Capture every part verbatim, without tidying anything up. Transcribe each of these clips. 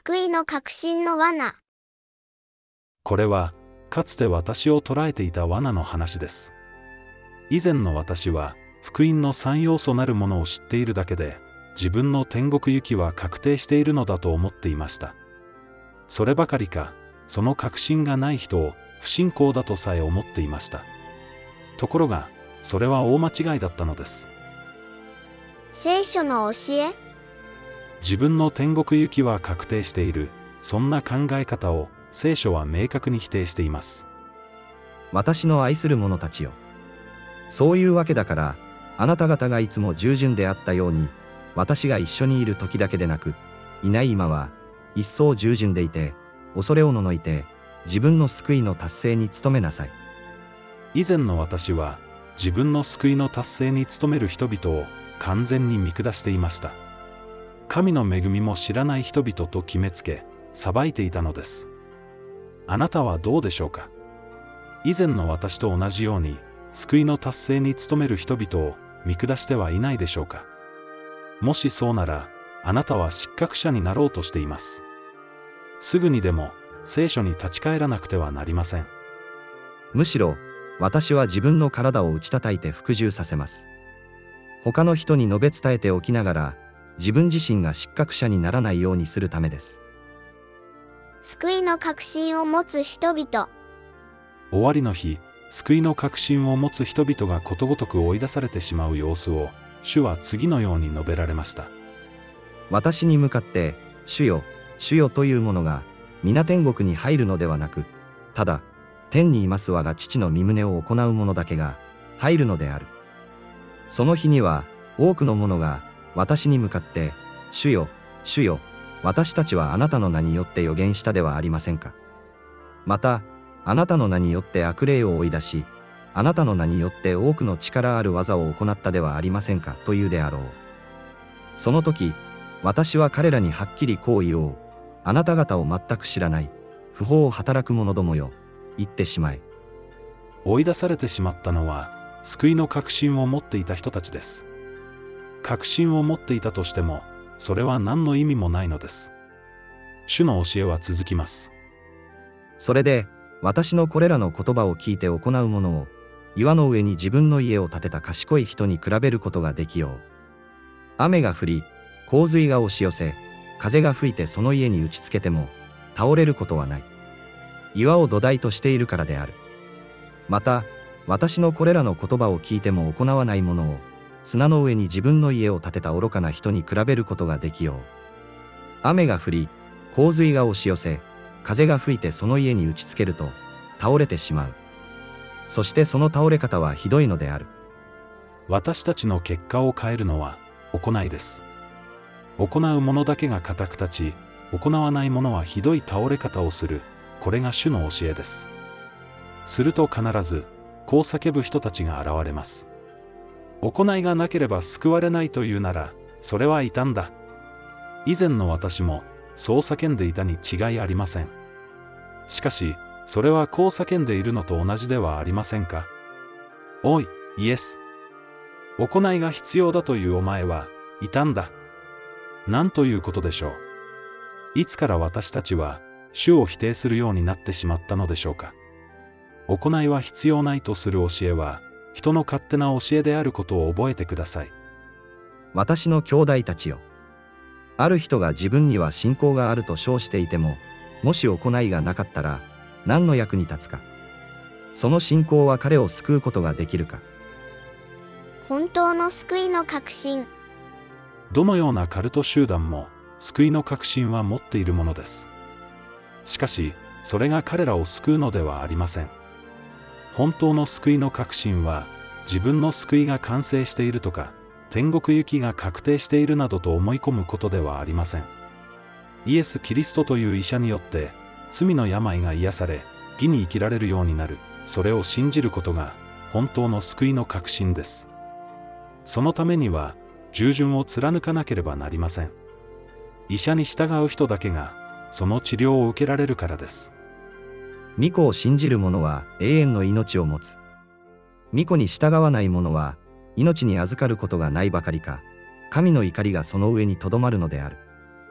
救いの確信の罠。 これは、かつて私を捉えていた罠の話です。以前の私は、福音の三要素なるものを知っているだけで、自分の天国行きは確定しているのだと思っていました。そればかりか、その確信がない人を不信仰だとさえ思っていました。ところが、それは大間違いだったのです。 聖書の教え？ 自分の天国行きは確定している、そんな考え方を聖書は明確に否定しています。 私の愛する者たちよ。そういうわけだから、あなた方がいつも従順であったように、私が一緒にいる時だけでなく、いない今は、一層従順でいて、恐れおののいて、自分の救いの達成に努めなさい。 以前の私は、自分の救いの達成に努める人々を完全に見下していました。神の恵みも知らない人々と決めつけ、裁いていたのです。あなたはどうでしょうか？以前の私と同じように、救いの達成に努める人々を見下してはいないでしょうか？もしそうなら、あなたは失格者になろうとしています。すぐにでも、聖書に立ち返らなくてはなりません。 むしろ、私は自分の体を打ち叩いて服従させます。他の人に述べ伝えておきながら、自分自身が失格者にならないようにするためです。 救いの確信を持つ人々。 終わりの日、救いの確信を持つ人々がことごとく追い出されてしまう様子を、主は次のように述べられました。 私に向かって、主よ、主よというものが、皆天国に入るのではなく、ただ、天にいます我が父の御旨を行う者だけが、入るのである。その日には、多くの者が、私に向かって、主よ、主よ、私たちはあなたの名によって預言したではありませんか。また、あなたの名によって悪霊を追い出し、あなたの名によって多くの力ある技を行ったではありませんかというであろう。その時、私は彼らにはっきりこう言おう。あなた方を全く知らない、不法を働く者どもよ、言ってしまえ。 追い出されてしまったのは、救いの確信を持っていた人たちです。確信を持っていたとしても、それは何の意味もないのです。主の教えは続きます。 それで、私のこれらの言葉を聞いて行う者を、岩の上に自分の家を建てた賢い人に比べることができよう。雨が降り、洪水が押し寄せ、風が吹いてその家に打ちつけても、倒れることはない。岩を土台としているからである。また、私のこれらの言葉を聞いても行わない者を、砂の上に自分の家を建てた愚かな人に比べることができよう。雨が降り、洪水が押し寄せ、風が吹いてその家に打ちつけると、倒れてしまう。そしてその倒れ方はひどいのである。 私たちの結果を変えるのは、行いです。行う者だけが固く立ち、行わない者はひどい倒れ方をする。これが主の教えです。すると必ず、こう叫ぶ人たちが現れます。行いがなければ救われないというなら、それは異端だ。以前の私も、そう叫んでいたに違いありません。しかし、それはこう叫んでいるのと同じではありませんか。おい、イエス。行いが必要だというお前は、異端だ。なんということでしょう。いつから私たちは、主を否定するようになってしまったのでしょうか。行いは必要ないとする教えは、人の勝手な教えであることを覚えてください。 私の兄弟たちよ。ある人が自分には信仰があると称していても、もし行いがなかったら、何の役に立つか。その信仰は彼を救うことができるか。 本当の救いの確信。 どのようなカルト集団も、救いの確信は持っているものです。しかし、それが彼らを救うのではありません。本当の救いの確信は、自分の救いが完成しているとか、天国行きが確定しているなどと思い込むことではありません。イエス・キリストという医者によって、罪の病が癒され、義に生きられるようになる、それを信じることが、本当の救いの確信です。そのためには、従順を貫かなければなりません。医者に従う人だけが、その治療を受けられるからです。 御子を信じる者は永遠の命を持つ。御子に従わない者は、命に預かることがないばかりか、神の怒りがその上にとどまるのである。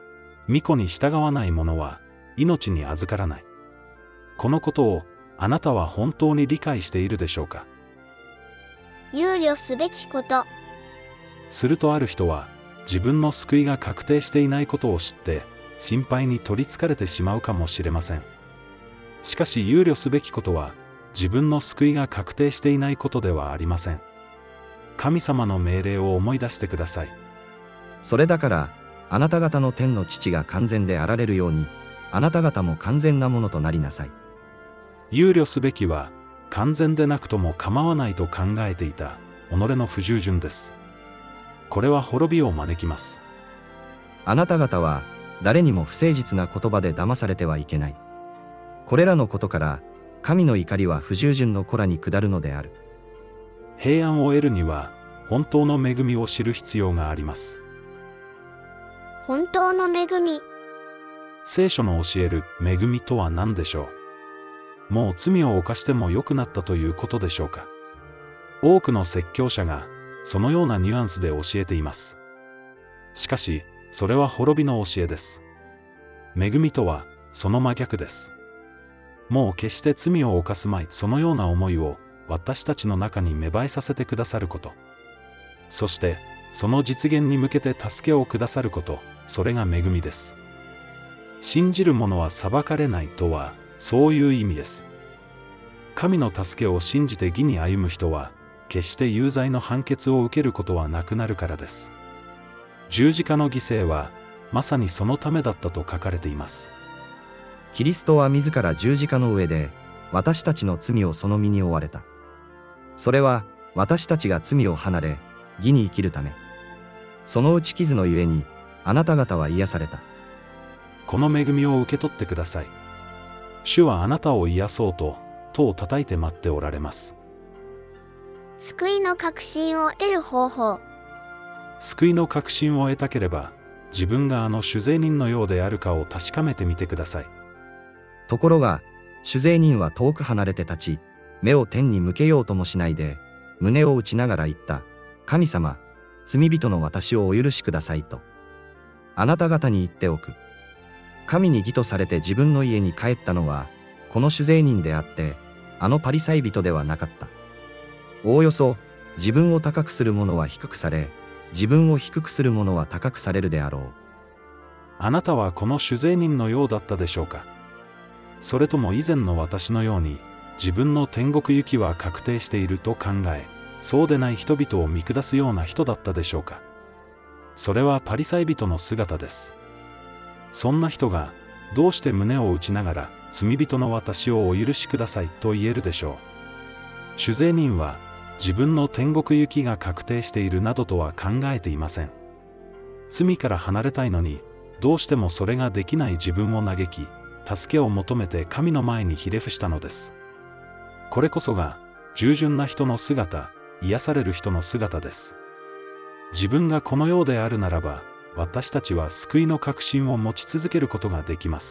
巫女に従わない者は命に預からない。このことをあなたは本当に理解しているでしょうか。 憂慮すべきこと。 するとある人は自分の救いが確定していないことを知って心配に取りつかれてしまうかもしれません。しかし憂慮すべきことは自分の救いが確定していないことではありません。神様の命令を思い出してください。 それだからあなた方の天の父が完全であられるように、あなた方も完全なものとなりなさい。 憂慮すべきは完全でなくとも構わないと考えていた己の不従順です。これは滅びを招きます。 あなた方は誰にも不誠実な言葉で騙されてはいけない。これらのことから神の怒りは不従順の子らに下るのである。 平安を得るには本当の恵みを知る必要があります。 本当の恵み。 聖書の教える恵みとは何でしょう。もう罪を犯しても良くなったということでしょうか。多くの説教者がそのようなニュアンスで教えています。しかし、それは滅びの教えです。恵みとはその真逆です。もう決して罪を犯すまい、そのような思いを私たちの中に芽生えさせてくださること。そして、その実現に向けて助けをくださること、それが恵みです。信じる者は裁かれないとは、そういう意味です。神の助けを信じて義に歩む人は、決して有罪の判決を受けることはなくなるからです。十字架の犠牲は、まさにそのためだったと書かれています。 キリストは自ら十字架の上で、私たちの罪をその身に負われた。それは、私たちが罪を離れ、義に生きるため。その打ち傷のゆえに、あなた方は癒された。 この恵みを受け取ってください。主はあなたを癒そうと、戸を叩いて待っておられます。 救いの確信を得る方法。 救いの確信を得たければ、自分があの主税人のようであるかを確かめてみてください。 ところが、主税人は遠く離れて立ち、目を天に向けようともしないで、胸を打ちながら言った。神様、罪人の私をお許しくださいと。あなた方に言っておく。神に義とされて自分の家に帰ったのは、この主税人であって、あのパリサイ人ではなかった。おおよそ、自分を高くする者は低くされ、自分を低くする者は高くされるであろう。 あなたはこの主税人のようだったでしょうか。それとも以前の私のように、自分の天国行きは確定していると考え、そうでない人々を見下すような人だったでしょうか。それはパリサイ人の姿です。そんな人が、どうして胸を打ちながら、罪人の私をお許しくださいと言えるでしょう。主税人は、自分の天国行きが確定しているなどとは考えていません。罪から離れたいのに、どうしてもそれができない自分を嘆き、助けを求めて神の前にひれ伏したのです。これこそが、従順な人の姿、癒される人の姿です。自分がこのようであるならば、私たちは救いの確信を持ち続けることができます。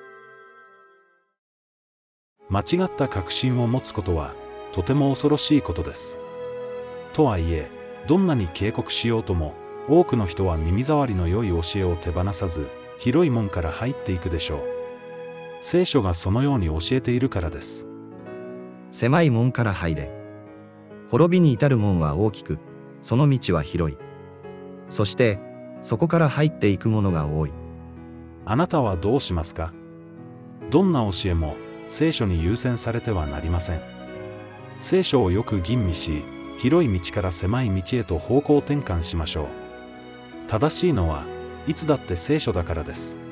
間違った確信を持つことは、とても恐ろしいことです。とはいえ、どんなに警告しようとも、多くの人は耳障りの良い教えを手放さず、広い門から入っていくでしょう。聖書がそのように教えているからです。 狭い門から入れ。滅びに至る門は大きく、その道は広い。そして、そこから入っていくものが多い。 あなたはどうしますか？どんな教えも、聖書に優先されてはなりません。聖書をよく吟味し、広い道から狭い道へと方向転換しましょう。正しいのは、いつだって聖書だからです。